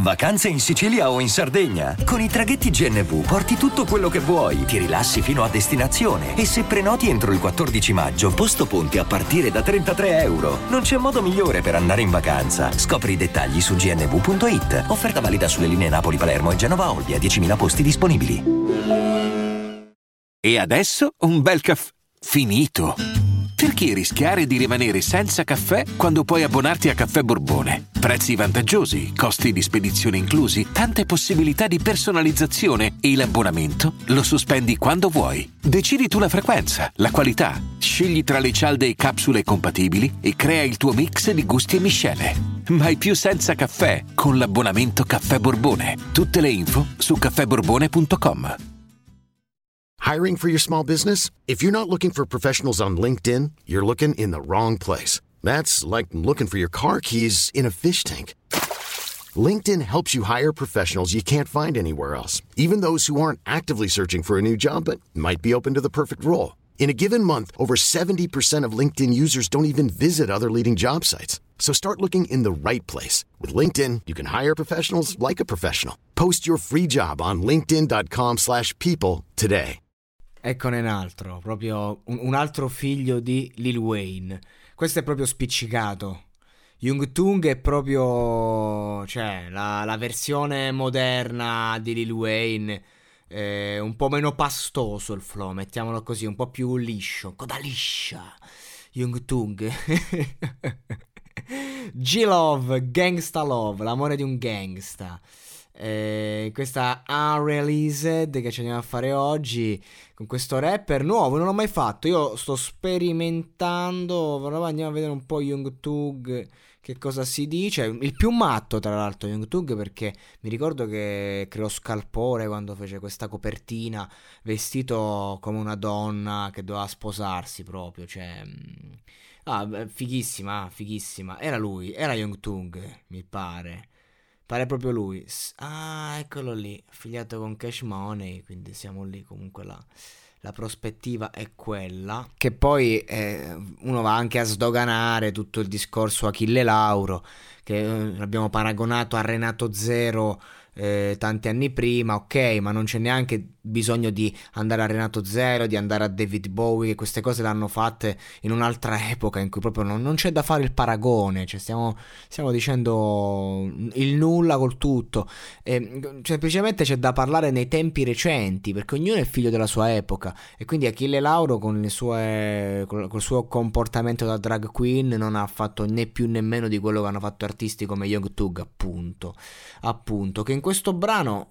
Vacanze in Sicilia o in Sardegna? Con i traghetti GNV porti tutto quello che vuoi, ti rilassi fino a destinazione e se prenoti entro il 14 maggio, posto ponti a partire da €33. Non c'è modo migliore per andare in vacanza. Scopri i dettagli su gnv.it. Offerta valida sulle linee Napoli-Palermo e Genova-Olbia, 10.000 posti disponibili. E adesso un bel caffè finito. Perché rischiare di rimanere senza caffè quando puoi abbonarti a Caffè Borbone? Prezzi vantaggiosi, costi di spedizione inclusi, tante possibilità di personalizzazione e l'abbonamento lo sospendi quando vuoi. Decidi tu la frequenza, la qualità, scegli tra le cialde e capsule compatibili e crea il tuo mix di gusti e miscele. Mai più senza caffè con l'abbonamento Caffè Borbone. Tutte le info su caffèborbone.com. Hiring for your small business? If you're not looking for professionals on LinkedIn, you're looking in the wrong place. That's like looking for your car keys in a fish tank. LinkedIn helps you hire professionals you can't find anywhere else, even those who aren't actively searching for a new job but might be open to the perfect role. In a given month, over 70% of LinkedIn users don't even visit other leading job sites. So start looking in the right place. With LinkedIn, you can hire professionals like a professional. Post your free job on linkedin.com/people today. Eccone un altro, proprio un altro figlio di Lil Wayne. Questo è proprio spiccicato. Young Thug è proprio, cioè, la versione moderna di Lil Wayne. Un po' meno pastoso il flow, mettiamolo così, un po' più liscio, coda liscia. Young Thug. G-Love, Gangsta Love, l'amore di un gangsta. Questa Unreleased che ci andiamo a fare oggi con questo rapper nuovo, non l'ho mai fatto, io sto sperimentando, andiamo a vedere un po' Young Thug che cosa si dice. Il più matto tra l'altro Young Thug, perché mi ricordo che creò scalpore quando fece questa copertina vestito come una donna che doveva sposarsi proprio, cioè fighissima, fighissima. Era lui, era Young Thug, mi pare proprio lui. Eccolo lì, affiliato con Cash Money, quindi siamo lì. Comunque la prospettiva è quella. Che poi uno va anche a sdoganare tutto il discorso Achille Lauro, che l'abbiamo paragonato a Renato Zero tanti anni prima. Ok, ma non c'è neanche bisogno di andare a Renato Zero, di andare a David Bowie, che queste cose l'hanno fatte in un'altra epoca in cui proprio non c'è da fare il paragone, cioè stiamo dicendo il nulla col tutto. Semplicemente c'è da parlare nei tempi recenti, perché ognuno è figlio della sua epoca, e quindi Achille Lauro col suo comportamento da drag queen non ha fatto né più né meno di quello che hanno fatto artisti come Young Thug, appunto, che in questo brano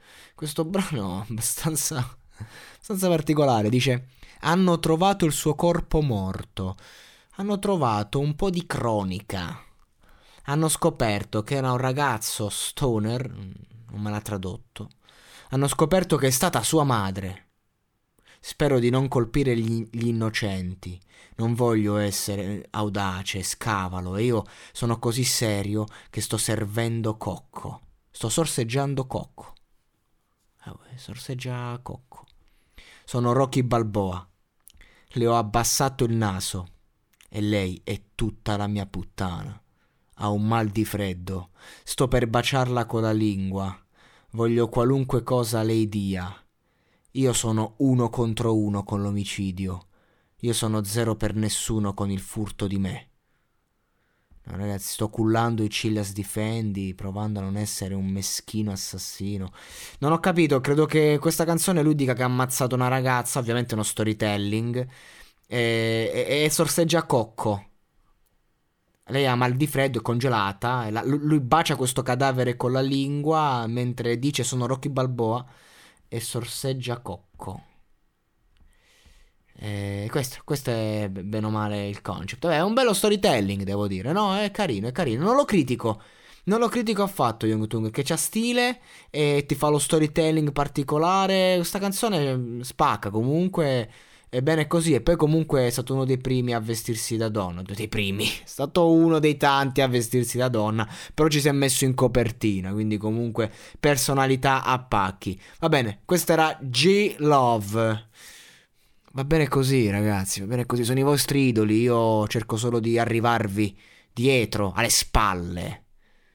abbastanza particolare, dice: hanno trovato il suo corpo morto, hanno trovato un po' di cronica, hanno scoperto che era un ragazzo stoner, non me l'ha tradotto, hanno scoperto che è stata sua madre. Spero di non colpire gli innocenti, non voglio essere audace, scavalo, e io sono così serio che sto servendo cocco, sto sorseggiando cocco. Sorseggia cocco. Sono Rocky Balboa, le ho abbassato il naso e lei è tutta la mia puttana. Ha un mal di freddo, sto per baciarla con la lingua, voglio qualunque cosa lei dia. Io sono 1 contro 1 con l'omicidio, io sono 0 per nessuno con il furto di me. No, ragazzi, sto cullando i Cillas Difendi, provando a non essere un meschino assassino. Non ho capito, credo che questa canzone lui dica che ha ammazzato una ragazza, ovviamente uno storytelling, e sorseggia cocco. Lei ha mal di freddo, è congelata, e lui bacia questo cadavere con la lingua mentre dice sono Rocky Balboa e sorseggia cocco. Questo è bene o male il concept. È un bello storytelling, devo dire. No, è carino. Non lo critico affatto Young Thug, che c'ha stile e ti fa lo storytelling particolare. Questa canzone spacca comunque. È bene così. E poi comunque è stato uno dei primi a vestirsi da donna. È stato uno dei tanti a vestirsi da donna, però ci si è messo in copertina, quindi comunque personalità a pacchi. Va bene, questo era G-Love. Va bene così, ragazzi, va bene così. Sono i vostri idoli, io cerco solo di arrivarvi dietro, alle spalle.